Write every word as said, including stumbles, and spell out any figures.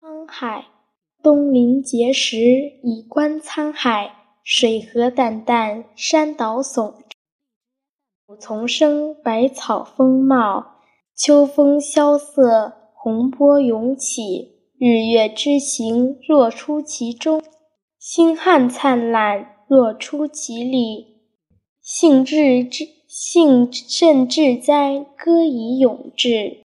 沧海，东临碣石，以观沧海。水河澹澹，山岛耸峙，梧丛生，百草丰茂。秋风萧瑟，洪波涌起，日月之行，若出其中；星汉灿烂，若出其里。兴致至兴甚至哉，歌以咏志。